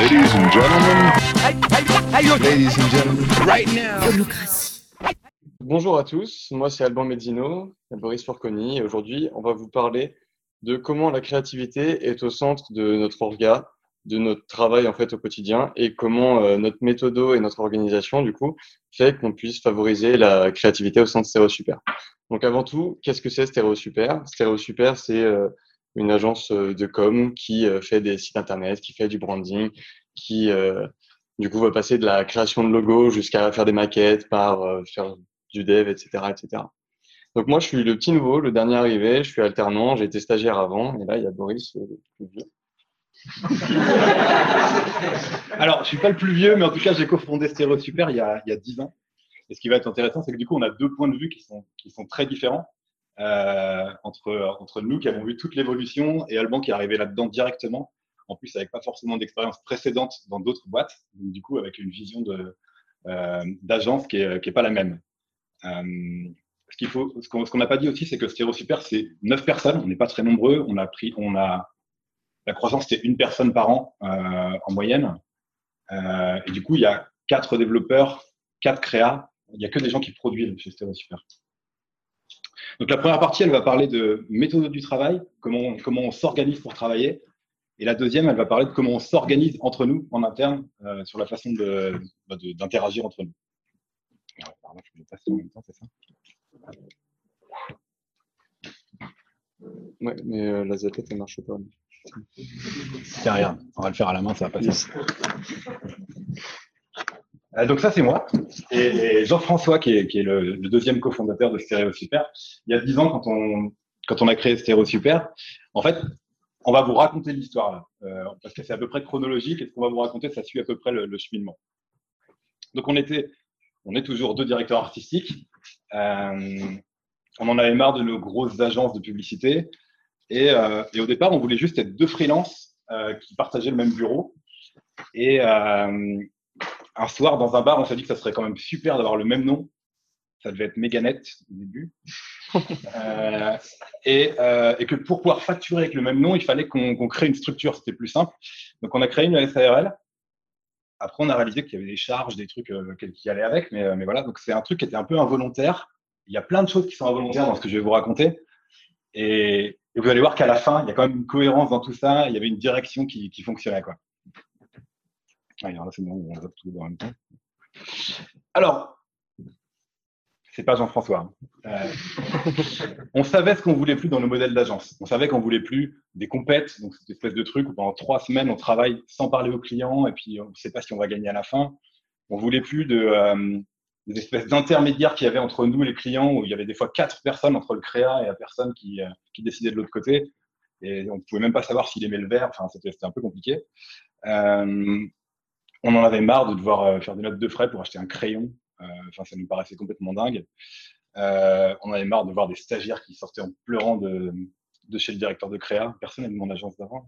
Ladies and gentlemen. Ladies and gentlemen. Right now. Holacracy. Bonjour à tous, moi c'est Alban Mezzino et Boris Furconi et aujourd'hui on va vous parler de comment la créativité est au centre de notre orga, de notre travail en fait au quotidien et comment notre méthodo et notre organisation du coup fait qu'on puisse favoriser la créativité au sein de Stéréo Super. Donc avant tout, qu'est-ce que c'est Stéréo Super? Stéréo Super c'est une agence de com qui fait des sites internet, qui fait du branding, qui du coup va passer de la création de logos jusqu'à faire des maquettes, par faire du dev, etc., etc. Donc moi, je suis le petit nouveau, le dernier arrivé, je suis alternant, j'ai été stagiaire avant, et là, il y a Boris, le plus vieux. Alors, je suis pas le plus vieux, mais en tout cas, j'ai cofondé Stéréo Super il y a 10 ans. Et ce qui va être intéressant, c'est que du coup, on a deux points de vue qui sont très différents entre nous qui avons vu toute l'évolution et Alban qui est arrivé là-dedans directement, en plus avec pas forcément d'expérience précédente dans d'autres boîtes, donc du coup avec une vision d'agence qui est pas la même. Ce qu'on n'a pas dit aussi, c'est que Stéréo Super, c'est 9 personnes, on n'est pas très nombreux, la croissance, c'était 1 personne par an en moyenne. Et du coup, il y a 4 développeurs, 4 créas, il n'y a que des gens qui produisent chez Stéréo Super. Donc la première partie, elle va parler de méthode du travail, comment on s'organise pour travailler. Et la deuxième, elle va parler de comment on s'organise entre nous en interne sur la façon d'interagir entre nous. Alors, pardon, je vais passer en même temps, c'est ça? Ouais, mais la zapette, elle marche pas. C'est rien, on va le faire à la main, ça va passer. Donc ça, c'est moi. Et Jean-François, qui est le deuxième cofondateur de Stéréo Super. Il y a 10 ans, quand on a créé Stéréo Super, en fait, on va vous raconter l'histoire là, parce que c'est à peu près chronologique et ce qu'on va vous raconter, ça suit à peu près le cheminement. Donc on est toujours 2 directeurs artistiques. On en avait marre de nos grosses agences de publicité et au départ, on voulait juste être 2 freelances qui partageaient le même bureau. Et un soir, dans un bar, on s'est dit que ça serait quand même super d'avoir le même nom. Ça devait être Meganet au début. Et que pour pouvoir facturer avec le même nom, il fallait qu'on crée une structure. C'était plus simple. Donc, on a créé une SARL. Après, on a réalisé qu'il y avait des charges, des trucs qui allaient avec. Mais voilà, donc c'est un truc qui était un peu involontaire. Il y a plein de choses qui sont involontaires dans ce que je vais vous raconter. Et vous allez voir qu'à la fin, il y a quand même une cohérence dans tout ça. Il y avait une direction qui fonctionnait, quoi. Alors là, c'est bon, on va tout en même temps. Alors, c'est pas Jean-François. On savait ce qu'on voulait plus dans nos modèles d'agence. On savait qu'on voulait plus des compètes, donc cette espèce de truc où pendant 3 semaines, on travaille sans parler aux clients et puis on ne sait pas si on va gagner à la fin. On voulait plus des espèces d'intermédiaires qu'il y avait entre nous et les clients, où il y avait des fois 4 personnes entre le créa et la personne qui décidait de l'autre côté. Et on ne pouvait même pas savoir s'il aimait le verre. Enfin, c'était un peu compliqué. On en avait marre de devoir faire des notes de frais pour acheter un crayon. Enfin, ça nous paraissait complètement dingue. On avait marre de voir des stagiaires qui sortaient en pleurant de chez le directeur de créa. Personne n'a de mon agence d'avant.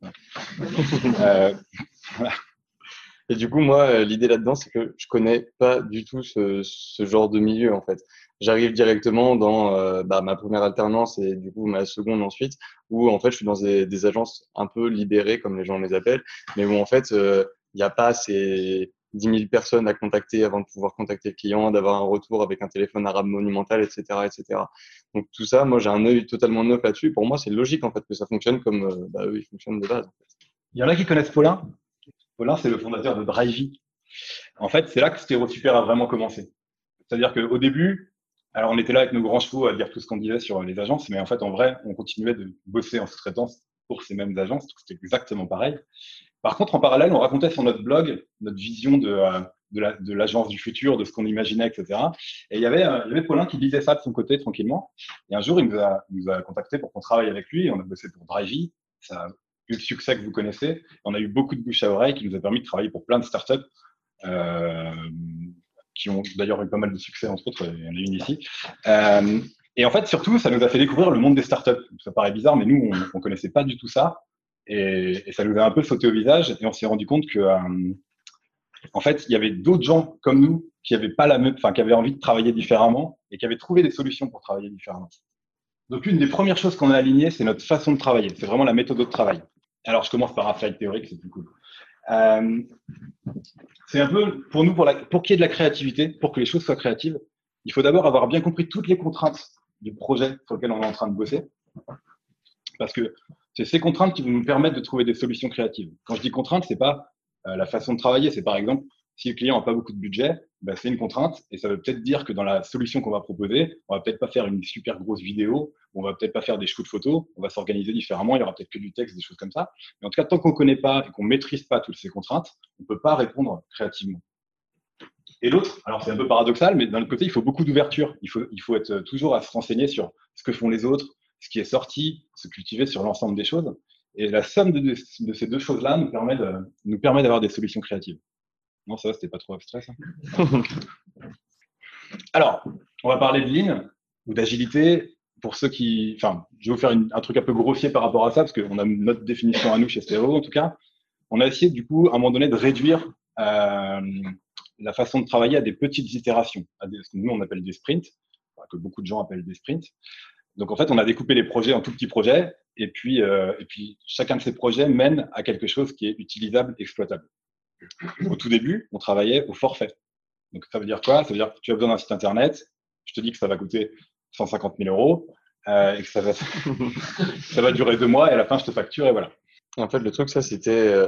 Voilà. Et du coup, moi, l'idée là-dedans, c'est que je connais pas du tout ce genre de milieu, en fait. J'arrive directement dans ma première alternance et du coup ma seconde ensuite, où en fait, je suis dans des agences un peu libérées, comme les gens les appellent, mais où en fait, il n'y a pas ces 10 000 personnes à contacter avant de pouvoir contacter le client, d'avoir un retour avec un téléphone arabe monumental, etc., etc. Donc tout ça, moi, j'ai un œil totalement neuf là-dessus. Pour moi, c'est logique en fait que ça fonctionne comme eux, ils fonctionnent de base. En fait. Il y en a qui connaissent Paulin. Paulin, c'est le fondateur de Drivey. En fait, c'est là que Stéréo Super a vraiment commencé. C'est-à-dire qu'au début, alors on était là avec nos grands chevaux à dire tout ce qu'on disait sur les agences, mais en fait, en vrai, on continuait de bosser en sous-traitance pour ces mêmes agences, donc c'était exactement pareil. Par contre, en parallèle, on racontait sur notre blog notre vision de l'agence du futur, de ce qu'on imaginait, etc. Et il y avait Paulin qui lisait ça de son côté tranquillement. Et un jour, il nous a contacté pour qu'on travaille avec lui. Et on a bossé pour Drivey. Ça a eu le succès que vous connaissez. On a eu beaucoup de bouche à oreille qui nous a permis de travailler pour plein de startups qui ont d'ailleurs eu pas mal de succès, entre autres. Il y en a une ici. Et en fait, surtout, ça nous a fait découvrir le monde des startups. Ça paraît bizarre, mais nous, on connaissait pas du tout ça. Et ça nous a un peu sauté au visage et on s'est rendu compte que, en fait, il y avait d'autres gens comme nous qui avaient pas qui avaient envie de travailler différemment et qui avaient trouvé des solutions pour travailler différemment. Donc, une des premières choses qu'on a alignées, c'est notre façon de travailler. C'est vraiment la méthode de travail. Alors, je commence par un slide théorique, c'est plus cool. Euh, c'est un peu, pour nous, pour qu'il y ait de la créativité, pour que les choses soient créatives, il faut d'abord avoir bien compris toutes les contraintes du projet sur lequel on est en train de bosser. Parce que c'est ces contraintes qui vont nous permettre de trouver des solutions créatives. Quand je dis contrainte, c'est pas la façon de travailler. C'est par exemple, si le client n'a pas beaucoup de budget, ben, c'est une contrainte. Et ça veut peut-être dire que dans la solution qu'on va proposer, on va peut-être pas faire une super grosse vidéo, on va peut-être pas faire des shoots photos, on va s'organiser différemment, il y aura peut-être que du texte, des choses comme ça. Mais en tout cas, tant qu'on ne connaît pas et qu'on ne maîtrise pas toutes ces contraintes, on ne peut pas répondre créativement. Et l'autre, alors c'est un peu paradoxal, mais d'un autre côté, il faut beaucoup d'ouverture. Il faut être toujours à se renseigner sur ce que font les autres, ce qui est sorti, se cultiver sur l'ensemble des choses. Et la somme de ces deux choses-là nous permet d'avoir des solutions créatives. Non, ça va, c'était pas trop abstrait, ça. Alors, on va parler de lean ou d'agilité. Pour ceux qui, enfin, je vais vous faire un truc un peu grossier par rapport à ça, parce qu'on a notre définition à nous chez Stéréo, en tout cas. On a essayé, du coup, à un moment donné, de réduire la façon de travailler à des petites itérations, ce que nous, on appelle des sprints, que beaucoup de gens appellent des sprints. Donc, en fait, on a découpé les projets en tout petits projets, et puis chacun de ces projets mène à quelque chose qui est utilisable, exploitable. Au tout début, on travaillait au forfait. Donc, ça veut dire quoi? Ça veut dire que tu as besoin d'un site internet, je te dis que ça va coûter 150 000 euros, et que ça va durer 2 mois, et à la fin, je te facture, et voilà. En fait, le truc, ça, c'était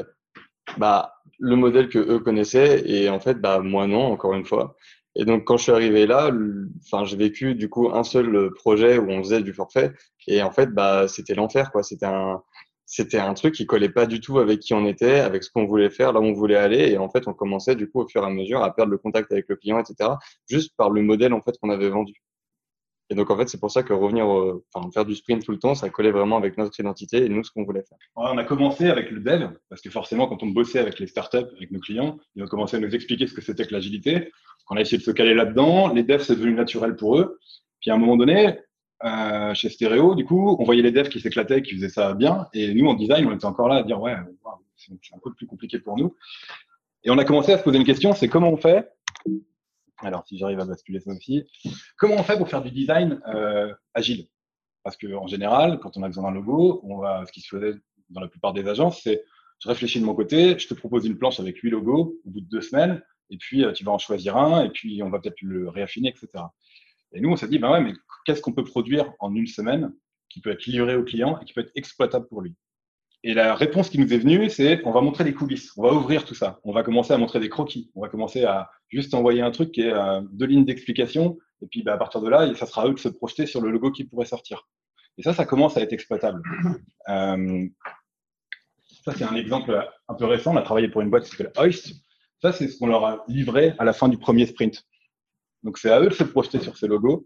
le modèle que eux connaissaient, et en fait, moi non, encore une fois. Et donc, quand je suis arrivé là, j'ai vécu du coup un seul projet où on faisait du forfait, et en fait, c'était l'enfer, quoi. C'était un truc qui collait pas du tout avec qui on était, avec ce qu'on voulait faire, là où on voulait aller, et en fait, on commençait du coup au fur et à mesure à perdre le contact avec le client, etc., juste par le modèle en fait qu'on avait vendu. Et donc, en fait, c'est pour ça que faire du sprint tout le temps, ça collait vraiment avec notre identité et nous, ce qu'on voulait faire. On a commencé avec le dev, parce que forcément, quand on bossait avec les startups, avec nos clients, ils ont commencé à nous expliquer ce que c'était que l'agilité. On a essayé de se caler là-dedans. Les devs, c'est devenu naturel pour eux. Puis à un moment donné, chez Stéréo, du coup, on voyait les devs qui s'éclataient, qui faisaient ça bien. Et nous, en design, on était encore là à dire, ouais, c'est un peu plus compliqué pour nous. Et on a commencé à se poser une question, c'est comment on fait. Alors, si j'arrive à basculer ça aussi, comment on fait pour faire du design agile? Parce qu'en général, quand on a besoin d'un logo, ce qui se faisait dans la plupart des agences, c'est je réfléchis de mon côté, je te propose une planche avec 8 logos au bout de 2 semaines, et puis tu vas en choisir un, et puis on va peut-être le réaffiner, etc. Et nous, on s'est dit, ouais, mais qu'est-ce qu'on peut produire en une semaine qui peut être livré au client et qui peut être exploitable pour lui? Et la réponse qui nous est venue, c'est on va montrer les coulisses, on va ouvrir tout ça, on va commencer à montrer des croquis, on va commencer à juste envoyer un truc qui est 2 lignes d'explication, et puis à partir de là, ça sera à eux de se projeter sur le logo qui pourrait sortir. Et ça commence à être exploitable. Ça, c'est un exemple un peu récent. On a travaillé pour une boîte qui s'appelle Hoist. Ça, c'est ce qu'on leur a livré à la fin du premier sprint. Donc, c'est à eux de se projeter sur ces logos.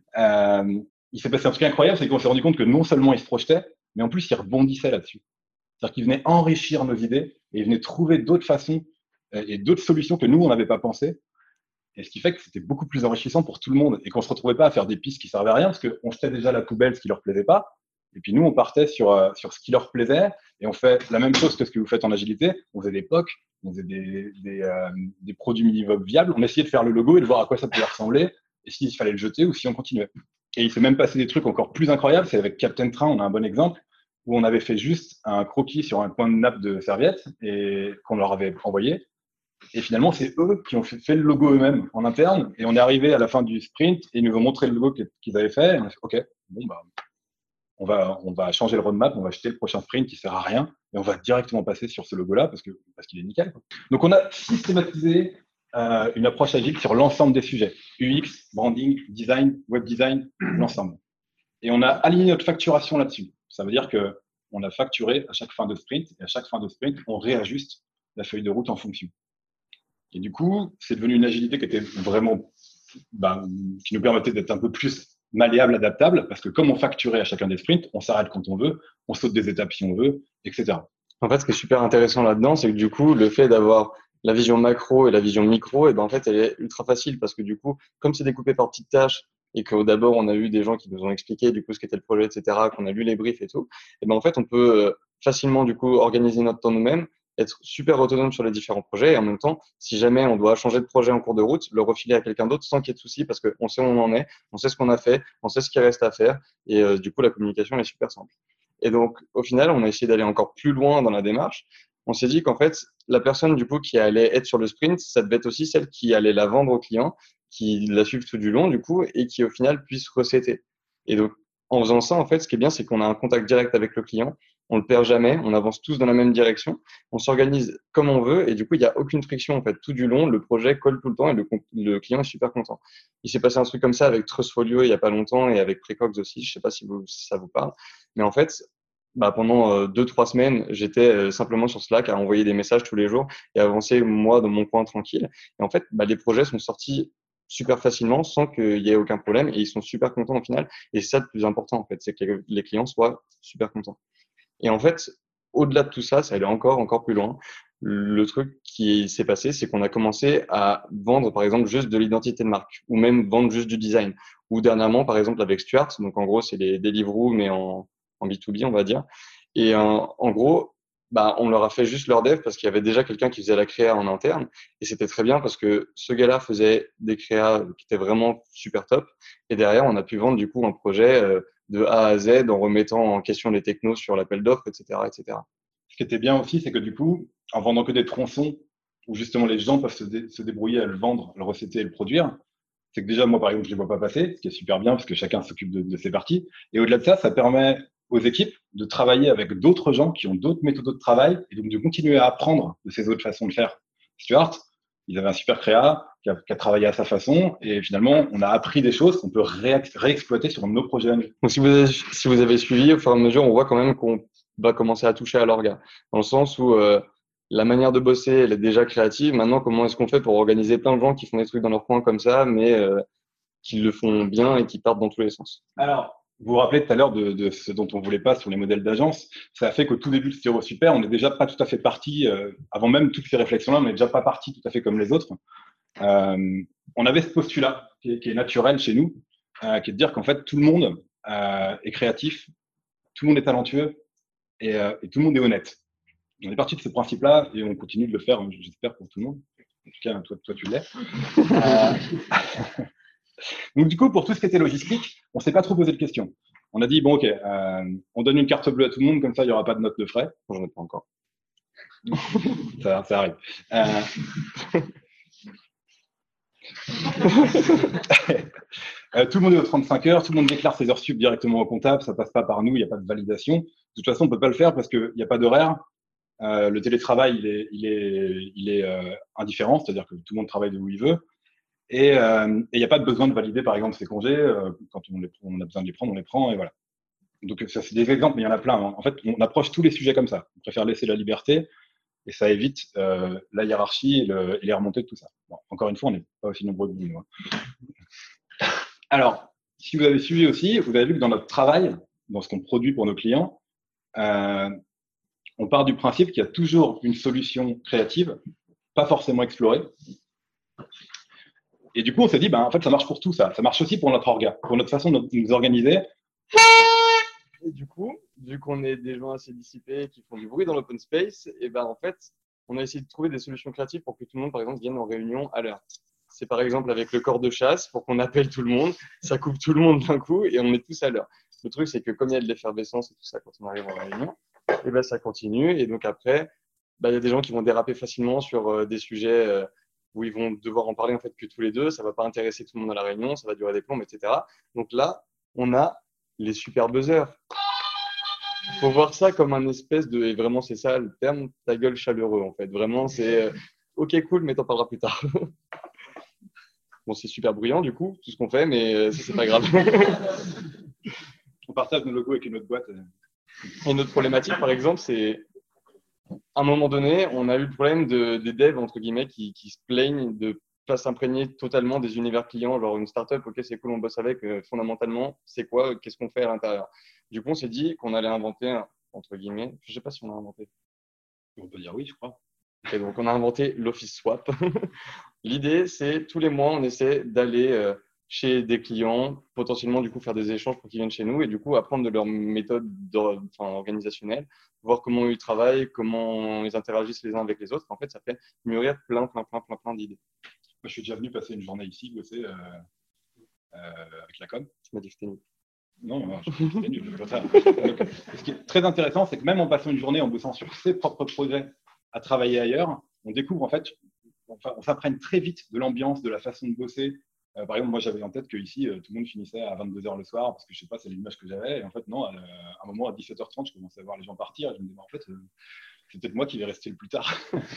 Il s'est passé un truc incroyable, c'est qu'on s'est rendu compte que non seulement ils se projetaient, mais en plus, ils rebondissaient là-dessus. C'est-à-dire qu'ils venaient enrichir nos idées et ils venaient trouver d'autres façons et d'autres solutions que nous, on n'avait pas pensé. Et ce qui fait que c'était beaucoup plus enrichissant pour tout le monde et qu'on ne se retrouvait pas à faire des pistes qui servaient à rien parce qu'on jetait déjà à la poubelle ce qui leur plaisait pas. Et puis nous, on partait sur ce qui leur plaisait et on fait la même chose que ce que vous faites en agilité. On faisait des POC, on faisait des produits minimum viables. On essayait de faire le logo et de voir à quoi ça pouvait ressembler et s'il fallait le jeter ou si on continuait. Et il s'est même passé des trucs encore plus incroyables. C'est avec Captain Train, on a un bon exemple, où on avait fait juste un croquis sur un coin de nappe de serviette et qu'on leur avait envoyé. Et finalement, c'est eux qui ont fait le logo eux-mêmes en interne. Et on est arrivé à la fin du sprint et ils nous ont montré le logo qu'ils avaient fait. Et on a fait, OK, bon, on va changer le roadmap, on va jeter le prochain sprint qui sert à rien et on va directement passer sur ce logo-là parce qu'il est nickel, quoi. Donc, on a systématisé une approche agile sur l'ensemble des sujets. UX, branding, design, web design, l'ensemble. Et on a aligné notre facturation là-dessus. Ça veut dire que on a facturé à chaque fin de sprint et à chaque fin de sprint, on réajuste la feuille de route en fonction. Et du coup, c'est devenu une agilité qui était vraiment, qui nous permettait d'être un peu plus malléable, adaptable, parce que comme on facturait à chacun des sprints, on s'arrête quand on veut, on saute des étapes si on veut, etc. En fait, ce qui est super intéressant là-dedans, c'est que du coup, le fait d'avoir la vision macro et la vision micro, en fait, elle est ultra facile parce que du coup, comme c'est découpé par petites tâches et que d'abord, on a eu des gens qui nous ont expliqué du coup ce qu'était le projet, etc., qu'on a lu les briefs et tout, en fait, on peut facilement du coup organiser notre temps nous-mêmes, être super autonome sur les différents projets et en même temps, si jamais on doit changer de projet en cours de route, le refiler à quelqu'un d'autre sans qu'il y ait de soucis parce qu'on sait où on en est, on sait ce qu'on a fait, on sait ce qui reste à faire et du coup, la communication est super simple. Et donc, au final, on a essayé d'aller encore plus loin dans la démarche. On s'est dit qu'en fait, la personne du coup qui allait être sur le sprint, ça devait être aussi celle qui allait la vendre au client, qui la suive tout du long du coup et qui au final puisse recéter. Et donc en faisant ça, en fait, ce qui est bien, c'est qu'on a un contact direct avec le client, on le perd jamais, on avance tous dans la même direction, on s'organise comme on veut et du coup il n'y a aucune friction en fait. Tout du long, le projet colle tout le temps et le client est super content. Il s'est passé un truc comme ça avec Trustfolio il y a pas longtemps et avec Precox aussi. Je sais pas si ça vous parle, mais en fait, pendant 2-3 semaines, j'étais simplement sur Slack à envoyer des messages tous les jours et avancer moi dans mon coin tranquille. Et en fait, les projets sont sortis super facilement sans qu'il y ait aucun problème et ils sont super contents au final. Et c'est ça le plus important en fait, c'est que les clients soient super contents. Et en fait, au-delà de tout ça, ça allait encore plus loin. Le truc qui s'est passé, c'est qu'on a commencé à vendre, par exemple, juste de l'identité de marque, ou même vendre juste du design. Ou dernièrement, par exemple, avec Stuart, donc en gros, c'est des Deliveroo, mais en B2B, on va dire. Et en gros, on leur a fait juste leur dev parce qu'il y avait déjà quelqu'un qui faisait la créa en interne. Et c'était très bien parce que ce gars-là faisait des créas qui étaient vraiment super top. Et derrière, on a pu vendre du coup un projet de A à Z en remettant en question les technos sur l'appel d'offres, etc., etc. Ce qui était bien aussi, c'est que du coup, en vendant que des tronçons, où justement les gens peuvent se débrouiller à le vendre, le recéter et le produire, c'est que déjà, moi, par exemple, je ne les vois pas passer, ce qui est super bien parce que chacun s'occupe de ses parties. Et au-delà de ça, ça permet aux équipes de travailler avec d'autres gens qui ont d'autres méthodes de travail et donc de continuer à apprendre de ces autres façons de faire. Stuart, ils avaient un super créa qui a travaillé à sa façon et finalement, on a appris des choses qu'on peut réexploiter sur nos projets à nous. Donc, si vous avez suivi, au fur et à mesure, on voit quand même qu'on va commencer à toucher à l'orga, dans le sens où la manière de bosser, elle est déjà créative. Maintenant, comment est-ce qu'on fait pour organiser plein de gens qui font des trucs dans leur coin comme ça, mais qui le font bien et qui partent dans tous les sens? Alors, vous vous rappelez tout à l'heure de ce dont on voulait pas sur les modèles d'agence. Ça a fait qu'au tout début de Styro Super, on n'est déjà pas tout à fait parti, avant même toutes ces réflexions-là, on n'est déjà pas parti tout à fait comme les autres. On avait ce postulat qui est naturel chez nous, qui est de dire qu'en fait, tout le monde est créatif, tout le monde est talentueux et tout le monde est honnête. On est parti de ce principe-là et on continue de le faire, j'espère, pour tout le monde. En tout cas, toi tu l'es. Donc, du coup, pour tout ce qui était logistique, on ne s'est pas trop posé de questions. On a dit, bon, OK, on donne une carte bleue à tout le monde, comme ça, il n'y aura pas de note de frais. J'en ai pas encore. Ça arrive. Tout le monde est aux 35 heures, tout le monde déclare ses heures sup directement au comptable, ça passe pas par nous, il n'y a pas de validation. De toute façon, on peut pas le faire parce qu'il n'y a pas d'horaire. Le télétravail, il est indifférent, c'est-à-dire que tout le monde travaille de où il veut. Et il n'y a pas de besoin de valider, par exemple, ses congés. Quand on a besoin de les prendre, on les prend, et voilà. Donc, ça, c'est des exemples, mais il y en a plein. En fait, on approche tous les sujets comme ça. On préfère laisser la liberté, et ça évite la hiérarchie et les remontées de tout ça. Bon, encore une fois, on n'est pas aussi nombreux que vous, nous. Alors, si vous avez suivi aussi, vous avez vu que dans notre travail, dans ce qu'on produit pour nos clients, on part du principe qu'il y a toujours une solution créative, pas forcément explorée. Et du coup, on s'est dit, en fait, ça marche pour tout ça. Ça marche aussi pour notre orga, pour notre façon de nous organiser. Et du coup, vu qu'on est des gens assez dissipés qui font du bruit dans l'open space, et en fait, on a essayé de trouver des solutions créatives pour que tout le monde, par exemple, vienne en réunion à l'heure. C'est par exemple avec le corps de chasse, pour qu'on appelle tout le monde, ça coupe tout le monde d'un coup et on est tous à l'heure. Le truc, c'est que comme il y a de l'effervescence et tout ça quand on arrive en réunion, et ça continue. Et donc après, il y a des gens qui vont déraper facilement sur des sujets où ils vont devoir en parler en fait que tous les deux. Ça va pas intéresser tout le monde à la réunion, ça va durer des plombes, etc. Donc là, on a les super buzzers. Faut voir ça comme un espèce de, et vraiment c'est ça le terme, ta gueule chaleureux en fait. Vraiment, c'est ok, cool, mais t'en parleras plus tard. Bon, c'est super bruyant du coup, tout ce qu'on fait, mais ça, c'est pas grave. On partage nos logos avec une autre boîte. Et notre problématique, par exemple, c'est à un moment donné, on a eu le problème des devs, entre guillemets, qui se plaignent de pas s'imprégner totalement des univers clients. Genre une startup, ok, c'est cool, on bosse avec, fondamentalement, c'est quoi, qu'est-ce qu'on fait à l'intérieur? Du coup, on s'est dit qu'on allait inventer, entre guillemets, je sais pas si on a inventé. On peut dire oui, je crois. Et donc, on a inventé l'Office Swap. L'idée, c'est tous les mois, on essaie d'aller chez des clients, potentiellement du coup faire des échanges pour qu'ils viennent chez nous et du coup apprendre de leur méthode organisationnelle, voir comment ils travaillent, comment ils interagissent les uns avec les autres. En fait, ça fait mûrir plein d'idées. Moi, je suis déjà venu passer une journée ici, bosser avec la com. Tu m'as dit que c'était nul. Non, c'était nul. Je veux pas ça. Donc, ce qui est très intéressant, c'est que même en passant une journée en bossant sur ses propres projets à travailler ailleurs, on découvre en fait, on s'apprenne très vite de l'ambiance, de la façon de bosser. Par exemple, moi, j'avais en tête qu'ici, tout le monde finissait à 22h le soir parce que je sais pas, c'est l'image que j'avais. Et en fait, non, à un moment, à 17h30, je commençais à voir les gens partir. Et je me disais, en fait, c'est peut-être moi qui vais rester le plus tard.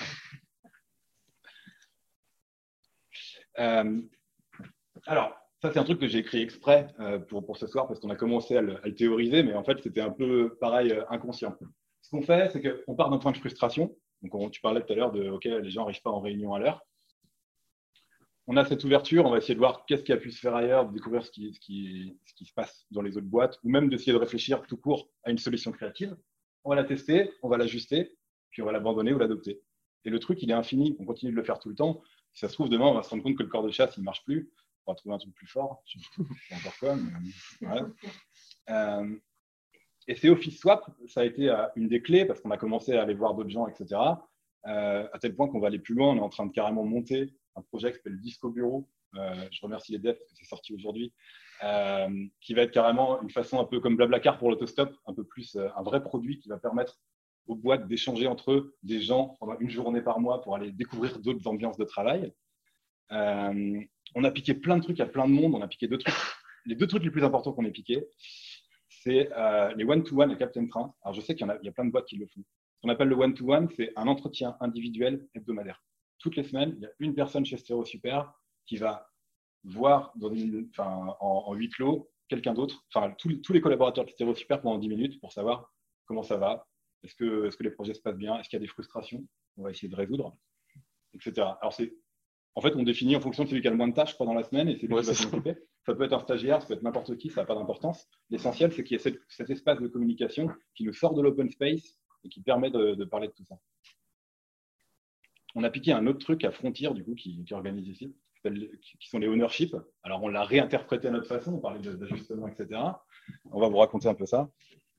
Alors, ça, c'est un truc que j'ai écrit exprès pour ce soir parce qu'on a commencé à le théoriser, mais en fait, c'était un peu pareil, inconscient. Ce qu'on fait, c'est qu'on part d'un point de frustration. Donc, tu parlais tout à l'heure de OK, les gens n'arrivent pas en réunion à l'heure. On a cette ouverture, on va essayer de voir qu'est-ce qui a pu se faire ailleurs, de découvrir ce qui se passe dans les autres boîtes, ou même d'essayer de réfléchir tout court à une solution créative. On va la tester, on va l'ajuster, puis on va l'abandonner ou l'adopter. Et le truc, il est infini, on continue de le faire tout le temps. Si ça se trouve, demain, on va se rendre compte que le corps de chasse, il ne marche plus. On va trouver un truc plus fort. Je ne sais pas encore quoi, mais voilà. Et c'est Office Swap, ça a été une des clés parce qu'on a commencé à aller voir d'autres gens, etc. À tel point qu'on va aller plus loin. On est en train de carrément monter un projet qui s'appelle Disco Bureau. Je remercie les devs parce que c'est sorti aujourd'hui. Qui va être carrément une façon un peu comme Blablacar pour l'autostop, un peu plus un vrai produit qui va permettre aux boîtes d'échanger entre eux des gens pendant une journée par mois pour aller découvrir d'autres ambiances de travail. On a piqué plein de trucs à plein de monde. On a piqué deux trucs. Les deux trucs les plus importants qu'on ait piqués, c'est les one-to-one et Captain Train. Alors, je sais qu'il y a plein de boîtes qui le font. Ce qu'on appelle le one-to-one, c'est un entretien individuel hebdomadaire. Toutes les semaines, il y a une personne chez Stéréo Super qui va voir en huis clos quelqu'un d'autre, tous les collaborateurs de Stéréo Super pendant 10 minutes pour savoir comment ça va, est-ce que les projets se passent bien, est-ce qu'il y a des frustrations, on va essayer de résoudre, etc. Alors, en fait, on définit en fonction de celui qui a le moins de tâches dans la semaine et c'est lui qui va s'en occuper. Ça peut être un stagiaire, ça peut être n'importe qui, ça n'a pas d'importance. L'essentiel, c'est qu'il y ait cet espace de communication qui nous sort de l'open space et qui permet de parler de tout ça. On a piqué un autre truc à Frontier, du coup, qui organise ici, qui sont les ownership. Alors, on l'a réinterprété à notre façon, on parlait d'ajustement, etc. On va vous raconter un peu ça.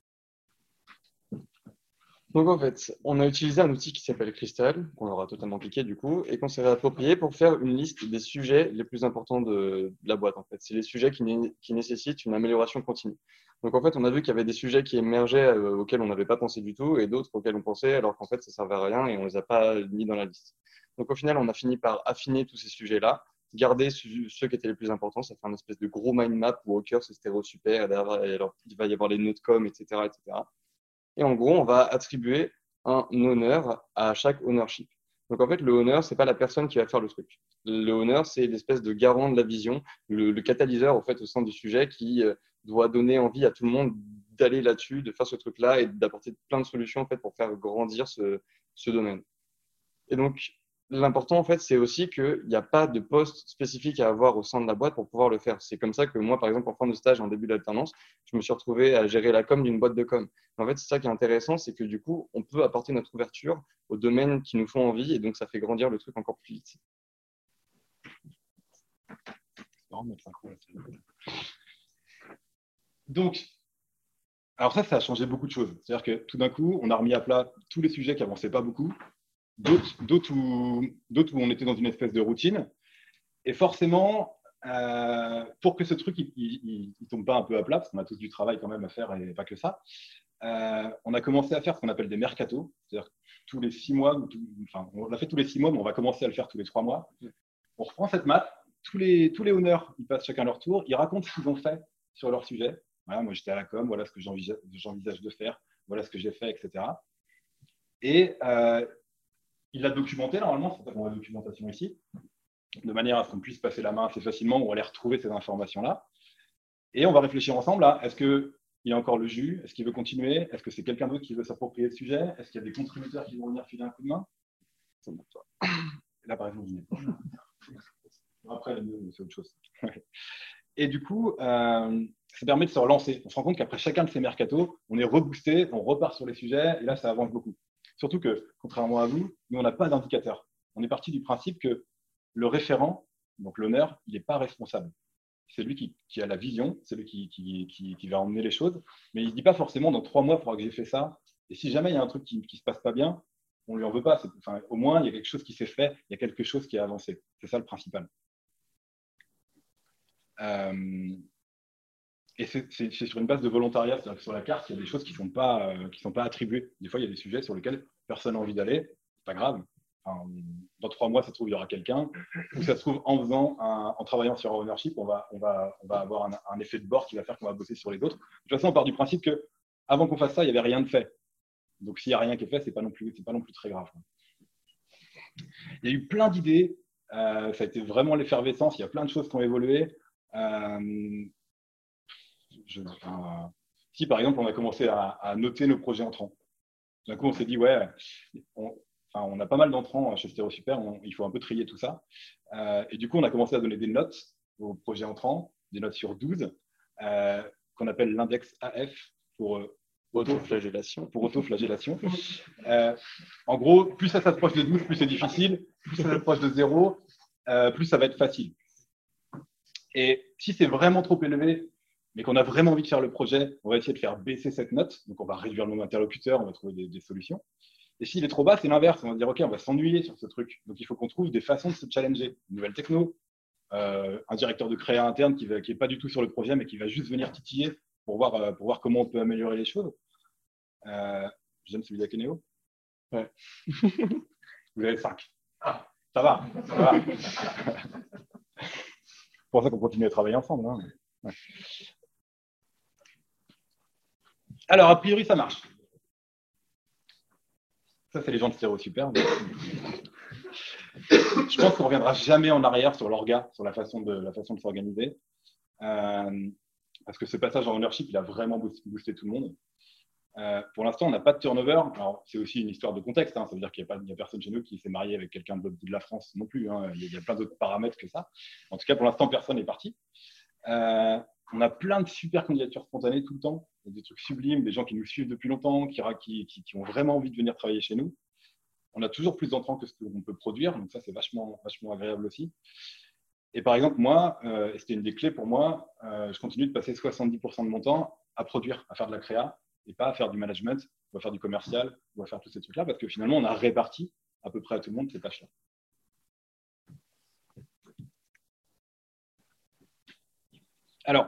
Donc en fait, on a utilisé un outil qui s'appelle Crystal, qu'on aura totalement piqué du coup, et qu'on s'est réapproprié pour faire une liste des sujets les plus importants de la boîte en fait. C'est les sujets qui nécessitent une amélioration continue. Donc en fait, on a vu qu'il y avait des sujets qui émergeaient auxquels on n'avait pas pensé du tout et d'autres auxquels on pensait alors qu'en fait ça servait à rien et on les a pas mis dans la liste. Donc au final, on a fini par affiner tous ces sujets-là, garder ceux qui étaient les plus importants, ça fait un espèce de gros mind map où au cœur c'est Stéréo Super, et alors, il va y avoir les notecom, etc., etc. Et en gros, on va attribuer un honneur à chaque ownership. Donc en fait, le honneur, c'est pas la personne qui va faire le truc. Le honneur, c'est l'espèce de garant de la vision, le catalyseur en fait au sein du sujet qui doit donner envie à tout le monde d'aller là-dessus, de faire ce truc-là et d'apporter plein de solutions en fait pour faire grandir ce domaine. Et donc, l'important, en fait, c'est aussi qu'il n'y a pas de poste spécifique à avoir au sein de la boîte pour pouvoir le faire. C'est comme ça que moi, par exemple, en fin de stage, en début d'alternance, je me suis retrouvé à gérer la com d'une boîte de com. En fait, c'est ça qui est intéressant, c'est que du coup, on peut apporter notre ouverture aux domaines qui nous font envie et donc ça fait grandir le truc encore plus vite. Donc, alors ça a changé beaucoup de choses. C'est-à-dire que tout d'un coup, on a remis à plat tous les sujets qui n'avançaient pas beaucoup, d'autres où on était dans une espèce de routine. Et forcément, pour que ce truc il tombe pas un peu à plat, parce qu'on a tous du travail quand même à faire et pas que ça, on a commencé à faire ce qu'on appelle des mercatos. C'est-à-dire tous les 6 mois, on l'a fait tous les 6 mois, mais on va commencer à le faire tous les 3 mois. On reprend cette map, tous les owners, ils passent chacun leur tour, ils racontent ce qu'ils ont fait sur leur sujet. Voilà, moi j'étais à la com, voilà ce que j'envisage de faire, voilà ce que j'ai fait, etc. Et il l'a documenté normalement, c'est pour ça qu'on a la documentation ici, de manière à ce qu'on puisse passer la main assez facilement, on va aller retrouver ces informations-là. Et on va réfléchir ensemble à est-ce qu'il a encore le jus, est-ce qu'il veut continuer, est-ce que c'est quelqu'un d'autre qui veut s'approprier le sujet, est-ce qu'il y a des contributeurs qui vont venir filer un coup de main. C'est bon, toi. Là, par exemple, après, c'est autre chose. Et du coup, ça permet de se relancer. On se rend compte qu'après chacun de ces mercatos, on est reboosté, on repart sur les sujets, et là, ça avance beaucoup. Surtout que, contrairement à vous, nous, on n'a pas d'indicateur. On est parti du principe que le référent, donc l'honneur, il n'est pas responsable. C'est lui qui a la vision, c'est lui qui va emmener les choses, mais il ne se dit pas forcément dans 3 mois, il faudra que j'ai fait ça. Et si jamais il y a un truc qui ne se passe pas bien, on ne lui en veut pas. Au moins, il y a quelque chose qui s'est fait, il y a quelque chose qui a avancé. C'est ça le principal. Et c'est sur une base de volontariat, c'est-à-dire que sur la carte, il y a des choses qui ne sont pas attribuées. Des fois, il y a des sujets sur lesquels personne n'a envie d'aller. c'est pas grave. Enfin, dans 3 mois, ça se trouve, il y aura quelqu'un. Ou ça se trouve, en travaillant sur ownership, on va avoir un effet de bord qui va faire qu'on va bosser sur les autres. De toute façon, on part du principe que avant qu'on fasse ça, il n'y avait rien de fait. Donc, s'il n'y a rien qui est fait, c'est pas non plus très grave. Il y a eu plein d'idées. Ça a été vraiment l'effervescence. Il y a plein de choses qui ont évolué. Si, par exemple, on a commencé à noter nos projets entrants. D'un coup, on s'est dit, ouais, on a pas mal d'entrants chez Stereo Super, il faut un peu trier tout ça. Et du coup, on a commencé à donner des notes aux projets entrants, des notes sur 12, qu'on appelle l'index AF pour Autoflagellation. En gros, plus ça s'approche de 12, plus c'est difficile. Plus ça s'approche de 0, plus ça va être facile. Et si c'est vraiment trop élevé, mais qu'on a vraiment envie de faire le projet, on va essayer de faire baisser cette note. Donc, on va réduire le nombre d'interlocuteurs, on va trouver des solutions. Et s'il est trop bas, c'est l'inverse. On va dire, OK, on va s'ennuyer sur ce truc. Donc, il faut qu'on trouve des façons de se challenger. Une nouvelle techno, un directeur de créa interne qui n'est pas du tout sur le projet, mais qui va juste venir titiller pour voir comment on peut améliorer les choses. J'aime celui d'Akeneo. Ouais. Vous avez 5. Ah, ça va. C'est pour ça qu'on continue à travailler ensemble. Hein. Ouais. Alors, a priori, ça marche. Ça, c'est les gens de Stereo Super. Je pense qu'on ne reviendra jamais en arrière sur l'orga, sur la façon de s'organiser. Parce que ce passage en ownership, il a vraiment boosté tout le monde. Pour l'instant, on n'a pas de turnover. Alors, c'est aussi une histoire de contexte. Hein. Ça veut dire qu'il n'y a personne chez nous qui s'est marié avec quelqu'un de l'autre bout de la France non plus. Hein. Il y a plein d'autres paramètres que ça. En tout cas, pour l'instant, personne n'est parti. On a plein de super candidatures spontanées tout le temps. Il y a des trucs sublimes, des gens qui nous suivent depuis longtemps, qui ont vraiment envie de venir travailler chez nous. On a toujours plus d'entrants que ce qu'on peut produire. Donc ça, c'est vachement agréable aussi. Et par exemple, moi, et c'était une des clés pour moi, je continue de passer 70% de mon temps à produire, à faire de la créa, et pas à faire du management, ou à faire du commercial, ou à faire tous ces trucs-là, parce que finalement, on a réparti à peu près à tout le monde ces tâches-là. Alors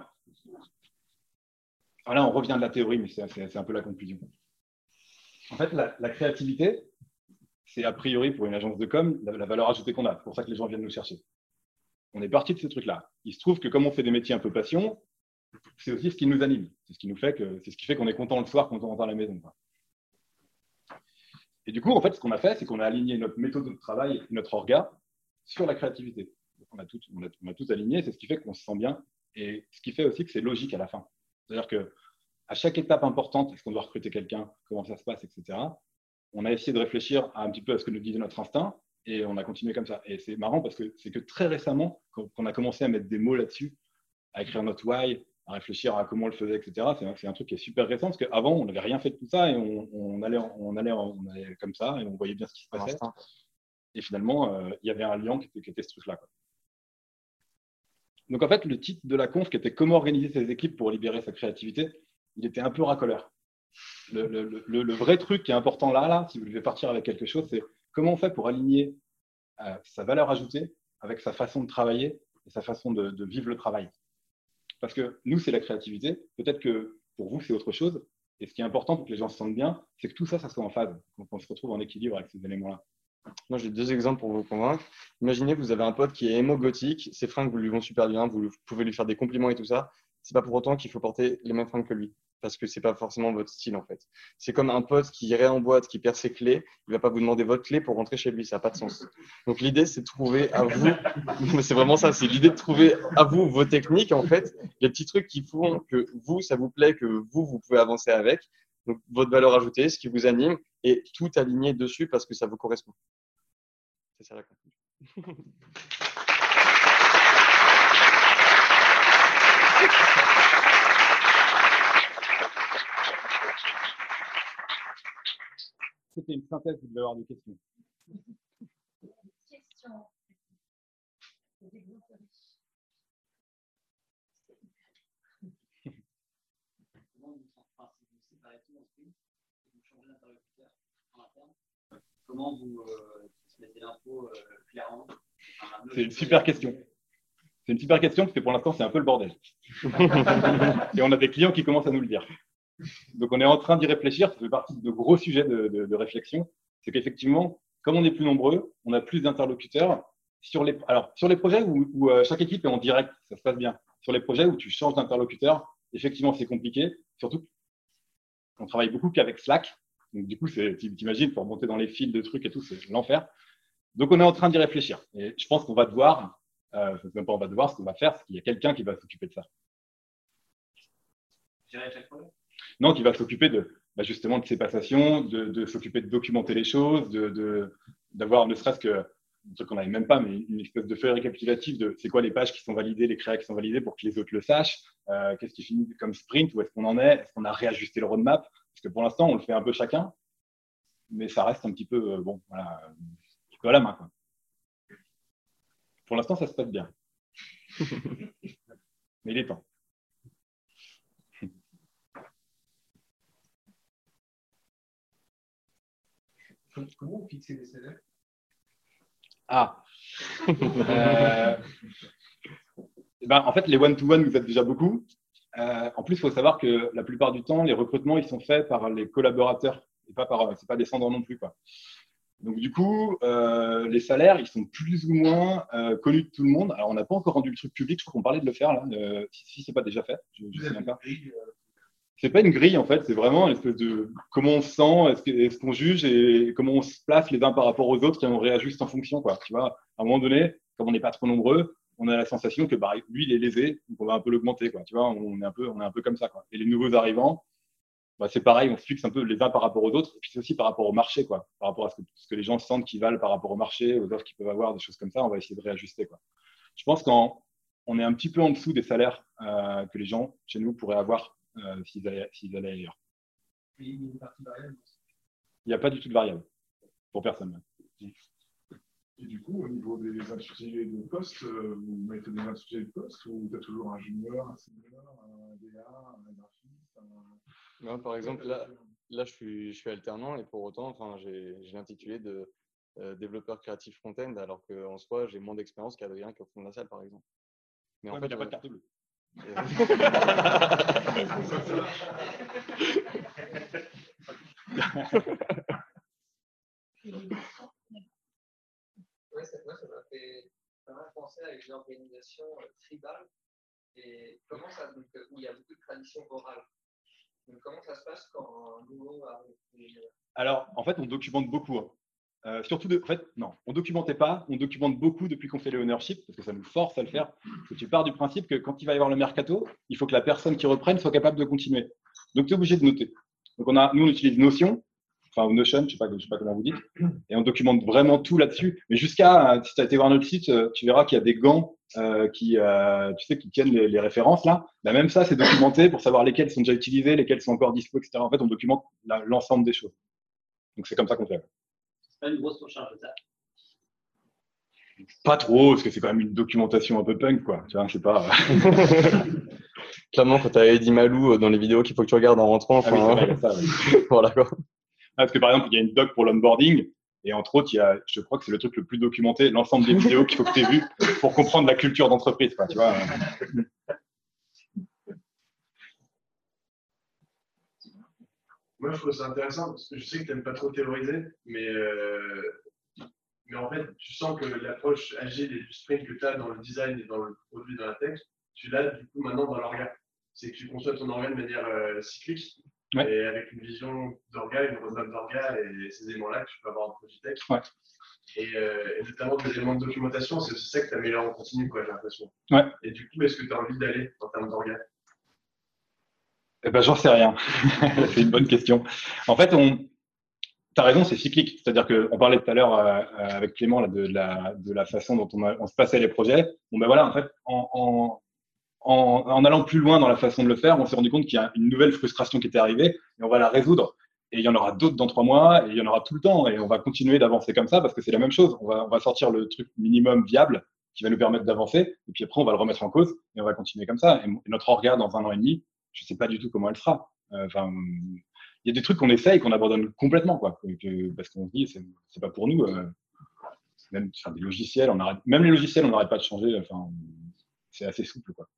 là, on revient de la théorie, mais c'est un peu la conclusion. En fait, la créativité, c'est a priori pour une agence de com la valeur ajoutée qu'on a. C'est pour ça que les gens viennent nous chercher. On est parti de ces trucs-là. Il se trouve que comme on fait des métiers un peu passion, c'est aussi ce qui nous anime. C'est ce qui fait qu'on est content le soir quand on rentre à la maison. Et du coup, en fait, ce qu'on a fait, c'est qu'on a aligné notre méthode de travail et notre orga sur la créativité. On a tout aligné, c'est ce qui fait qu'on se sent bien et ce qui fait aussi que c'est logique à la fin. C'est-à-dire qu'à chaque étape importante, est-ce qu'on doit recruter quelqu'un, comment ça se passe, etc., on a essayé de réfléchir un petit peu à ce que nous disait notre instinct et on a continué comme ça. Et c'est marrant parce que c'est que très récemment qu'on a commencé à mettre des mots là-dessus, à écrire notre why, à réfléchir à comment on le faisait, etc. C'est un truc qui est super récent parce qu'avant, on n'avait rien fait de tout ça et on allait comme ça et on voyait bien ce qui se passait. Et finalement, il y avait un lien qui était ce truc-là. Donc en fait, le titre de la conf qui était « Comment organiser ses équipes pour libérer sa créativité », il était un peu racoleur. Le vrai truc qui est important là, si vous devez partir avec quelque chose, c'est comment on fait pour aligner sa valeur ajoutée avec sa façon de travailler et sa façon de vivre le travail. Parce que nous, c'est la créativité. Peut-être que pour vous, c'est autre chose. Et ce qui est important pour que les gens se sentent bien, c'est que tout ça, ça soit en phase, qu'on se retrouve en équilibre avec ces éléments-là. Moi, j'ai 2 exemples pour vous convaincre. Imaginez, vous avez un pote qui est émo-gothique, ses fringues vous lui vont super bien, vous pouvez lui faire des compliments et tout ça. C'est pas pour autant qu'il faut porter les mêmes fringues que lui, parce que c'est pas forcément votre style en fait. C'est comme un pote qui irait en boîte, qui perd ses clés, il va pas vous demander votre clé pour rentrer chez lui, ça n'a pas de sens. Donc l'idée, c'est de trouver à vous, c'est vraiment ça, c'est l'idée de trouver à vous vos techniques en fait, les petits trucs qui font que vous, ça vous plaît, que vous pouvez avancer avec. Donc votre valeur ajoutée, ce qui vous anime, et tout aligner dessus parce que ça vous correspond. C'est ça la conclusion. C'était une synthèse, vous devez avoir des questions. Question. Comment vous mettez l'info clairement? C'est une super question. C'est une super question parce que pour l'instant, c'est un peu le bordel. Et on a des clients qui commencent à nous le dire. Donc, on est en train d'y réfléchir. Ça fait partie de gros sujets de réflexion. C'est qu'effectivement, comme on est plus nombreux, on a plus d'interlocuteurs. Sur les projets où chaque équipe est en direct, ça se passe bien. Sur les projets où tu changes d'interlocuteur, effectivement, c'est compliqué. Surtout, on travaille beaucoup qu'avec Slack. Donc, du coup, t'imagines, pour monter dans les fils de trucs et tout, c'est l'enfer. Donc, on est en train d'y réfléchir. Et je pense qu'on va devoir, même pas on va devoir, ce qu'on va faire, c'est qu'il y a quelqu'un qui va s'occuper de ça. Gérer chaque projet. Non, qui va s'occuper justement de ces passations, de s'occuper de documenter les choses, d'avoir ne serait-ce que un truc qu'on n'avait même pas, mais une espèce de feuille récapitulative de c'est quoi les pages qui sont validées, les créas qui sont validées pour que les autres le sachent, qu'est-ce qui finit comme sprint, où est-ce qu'on en est qu'on a réajusté le roadmap, parce que pour l'instant, on le fait un peu chacun, mais ça reste un petit peu, un petit peu à la main, quoi. Pour l'instant, ça se passe bien. Mais il est temps. Comment on fixe les salaires? En fait, les one-to-one, vous êtes déjà beaucoup. En plus, il faut savoir que la plupart du temps, les recrutements, ils sont faits par les collaborateurs et c'est pas descendant non plus, quoi. Donc, du coup, les salaires, ils sont plus ou moins connus de tout le monde. Alors, on n'a pas encore rendu le truc public. Je crois qu'on parlait de le faire, là. Si c'est pas déjà fait, je ne sais même pas. C'est pas une grille, en fait. C'est vraiment une espèce de comment on se sent, est-ce qu'on juge et comment on se place les uns par rapport aux autres et on réajuste en fonction, quoi. Tu vois, à un moment donné, comme on n'est pas trop nombreux, on a la sensation que lui, il est lésé, donc on va un peu l'augmenter, quoi. Tu vois, on est un peu comme ça, quoi. Et les nouveaux arrivants, c'est pareil, on se fixe un peu les uns par rapport aux autres, et puis c'est aussi par rapport au marché, quoi. Par rapport à ce que les gens sentent qu'ils valent par rapport au marché, aux offres qu'ils peuvent avoir, des choses comme ça, on va essayer de réajuster, quoi. Je pense qu'on est un petit peu en dessous des salaires que les gens chez nous pourraient avoir s'ils allaient ailleurs. Et il y a une partie variable. Il n'y a pas du tout de variable pour personne. Et du coup, au niveau des intitulés de poste, vous mettez des intitulés de poste ou tu as toujours un junior, un senior, un DA, un graphiste Moi, par exemple, là je suis alternant et pour autant, j'ai l'intitulé de développeur créatif front-end, alors qu'en soi, j'ai moins d'expérience qu'Adrien qui est au fond de la salle, par exemple. Mais en fait, il n'y a pas de carte bleue. Ouais, ça m'a fait pas mal penser à une organisation tribale et comment ça, donc, où il y a beaucoup de traditions orales. Donc, comment ça se passe quand un nouveau arrive? Alors, en fait, on documente beaucoup. Non, on documentait pas, on documente beaucoup depuis qu'on fait le ownership, parce que ça nous force à le faire. Parce que tu pars du principe que quand il va y avoir le mercato, il faut que la personne qui reprenne soit capable de continuer. Donc, tu es obligé de noter. Donc, nous, on utilise Notion, ou Notion, je sais pas comment vous dites, et on documente vraiment tout là-dessus. Mais si tu as été voir notre site, tu verras qu'il y a des gants qui tiennent les références là. Bah, même ça, c'est documenté pour savoir lesquels sont déjà utilisés, lesquels sont encore dispo, etc. En fait, on documente l'ensemble des choses. Donc, c'est comme ça qu'on fait. Pas une grosse recharge de ça. Pas trop, parce que c'est quand même une documentation un peu punk, quoi. Tu vois, c'est pas. Clairement, quand tu as Eddie Malou dans les vidéos qu'il faut que tu regardes en rentrant, Ah oui, c'est vrai, ça, oui. voilà quoi. Parce que par exemple, il y a une doc pour l'onboarding, et entre autres, je crois que c'est le truc le plus documenté, l'ensemble des vidéos qu'il faut que tu aies vues pour comprendre la culture d'entreprise, quoi. Tu vois. Moi, je trouve ça intéressant parce que je sais que tu n'aimes pas trop théoriser, mais en fait, tu sens que l'approche agile et du sprint que tu as dans le design et dans le produit, dans la tech, tu l'as du coup maintenant dans l'orga. C'est que tu conçois ton orga de manière cyclique, ouais. Et avec une vision d'orga, une roadmap d'orga et ces éléments-là que tu peux avoir en produit tech. Ouais. Et notamment des éléments de documentation, c'est aussi ça que tu améliores en continu, quoi, j'ai l'impression. Ouais. Et du coup, est-ce que tu as envie d'aller en termes d'orga? Eh ben, j'en sais rien. C'est une bonne question. En fait, tu as raison, c'est cyclique. C'est-à-dire qu'on parlait tout à l'heure avec Clément là, de la façon dont on se passait les projets. Bon, ben voilà, en fait, en allant plus loin dans la façon de le faire, on s'est rendu compte qu'il y a une nouvelle frustration qui était arrivée et on va la résoudre. Et il y en aura d'autres dans 3 mois et il y en aura tout le temps. Et on va continuer d'avancer comme ça parce que c'est la même chose. On va sortir le truc minimum viable qui va nous permettre d'avancer. Et puis après, on va le remettre en cause et on va continuer comme ça. Et notre orga dans 1 an et demi, je ne sais pas du tout comment elle sera. Il y a des trucs qu'on essaye et qu'on abandonne complètement, quoi. Parce qu'on se dit, c'est pas pour nous. Même des logiciels, même les logiciels, on n'arrête pas de changer. C'est assez souple, quoi.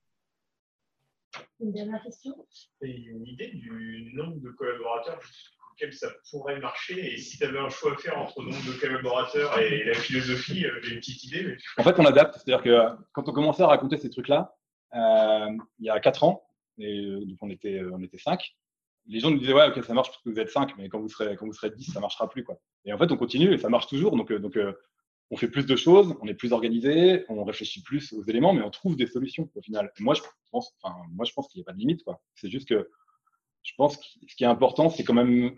Une dernière question. Et une idée du nombre de collaborateurs lequel ça pourrait marcher. Et si tu avais un choix à faire entre le nombre de collaborateurs et la philosophie, j'ai une petite idée. Mais... En fait, on adapte. C'est-à-dire que quand on commençait à raconter ces trucs-là, il y a 4 ans, et donc on était 5, les gens nous disaient, ouais, ok, ça marche parce que vous êtes 5, mais quand vous serez 10, ça marchera plus, quoi. Et en fait, on continue et ça marche toujours. Donc on fait plus de choses, on est plus organisé, on réfléchit plus aux éléments, mais on trouve des solutions au final. Et moi, je pense qu'il n'y a pas de limite, quoi. C'est juste que je pense que ce qui est important, c'est quand même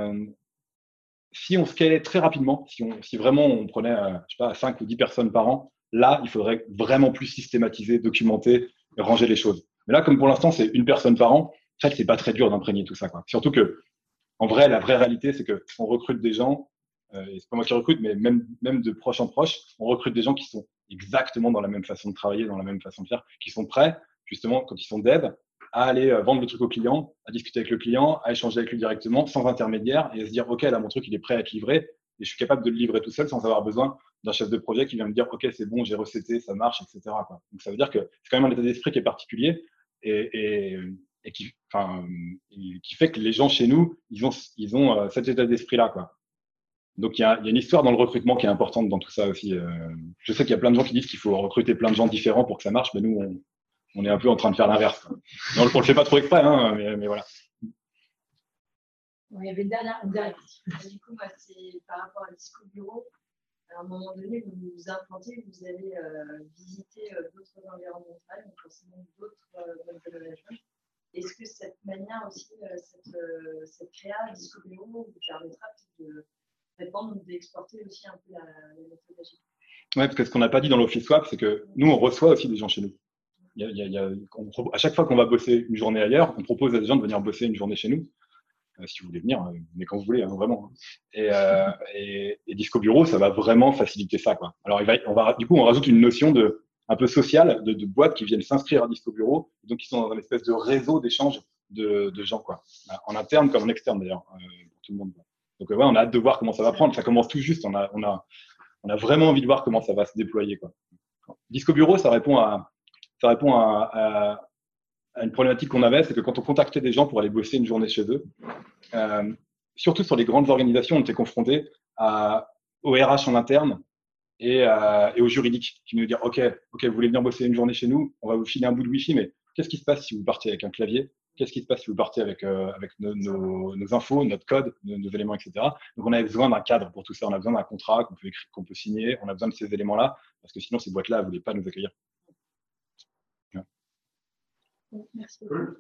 si on scalait très rapidement, si vraiment on prenait, je sais pas, 5 ou 10 personnes par an, là, il faudrait vraiment plus systématiser, documenter, ranger les choses. Mais là, comme pour l'instant, c'est une personne par an, en fait, c'est pas très dur d'imprégner tout ça, quoi. Surtout que, en vrai, la vraie réalité, c'est que on recrute des gens, et c'est pas moi qui recrute, mais même de proche en proche, on recrute des gens qui sont exactement dans la même façon de travailler, dans la même façon de faire, qui sont prêts, justement, quand ils sont dev, à aller vendre le truc au client, à discuter avec le client, à échanger avec lui directement, sans intermédiaire, et à se dire, OK, là, mon truc, il est prêt à être livré, et je suis capable de le livrer tout seul sans avoir besoin d'un chef de projet qui vient me dire, OK, c'est bon, j'ai recetté, ça marche, etc., quoi. Donc, ça veut dire que c'est quand même un état d'esprit qui est particulier et qui fait que les gens chez nous, ils ont cet état d'esprit-là, quoi. Donc, il y a une histoire dans le recrutement qui est importante dans tout ça aussi. Je sais qu'il y a plein de gens qui disent qu'il faut recruter plein de gens différents pour que ça marche, mais nous, on est un peu en train de faire l'inverse, quoi. On le fait pas trop exprès, hein, mais voilà. Il y avait une dernière question. Du coup, moi, c'est par rapport à Disco Bureau. À un moment donné, vous vous implantez, vous allez visiter d'autres environnements de travail, donc forcément d'autres modes de management. Est-ce que cette manière aussi, cette créa Disco Bureau vous permettra de répandre ou d'exporter aussi un peu la méthode agile? Ouais, parce que ce qu'on n'a pas dit dans l'Office Swap, c'est que nous, on reçoit aussi des gens chez nous. À chaque fois qu'on va bosser une journée ailleurs, on propose à des gens de venir bosser une journée chez nous. Si vous voulez venir, mais quand vous voulez, hein, vraiment. Et Disco Bureau, ça va vraiment faciliter ça, quoi. Alors, du coup, on rajoute une notion un peu sociale de boîtes qui viennent s'inscrire à Disco Bureau, donc qui sont dans une espèce de réseau d'échange de gens, quoi. En interne comme en externe, d'ailleurs, pour tout le monde, quoi. Donc, ouais, on a hâte de voir comment ça va prendre. Ça commence tout juste. On a vraiment envie de voir comment ça va se déployer, quoi. Disco Bureau, ça répond à une problématique qu'on avait, c'est que quand on contactait des gens pour aller bosser une journée chez eux, surtout sur les grandes organisations, on était confronté au RH en interne et au juridique qui nous dire OK, vous voulez venir bosser une journée chez nous, on va vous filer un bout de Wi-Fi, mais qu'est-ce qui se passe si vous partez avec un clavier? Qu'est-ce qui se passe si vous partez avec nos infos, notre code, nos éléments, etc. Donc, on avait besoin d'un cadre pour tout ça. On a besoin d'un contrat qu'on peut signer. On a besoin de ces éléments-là parce que sinon, ces boîtes-là ne voulaient pas nous accueillir. Merci beaucoup.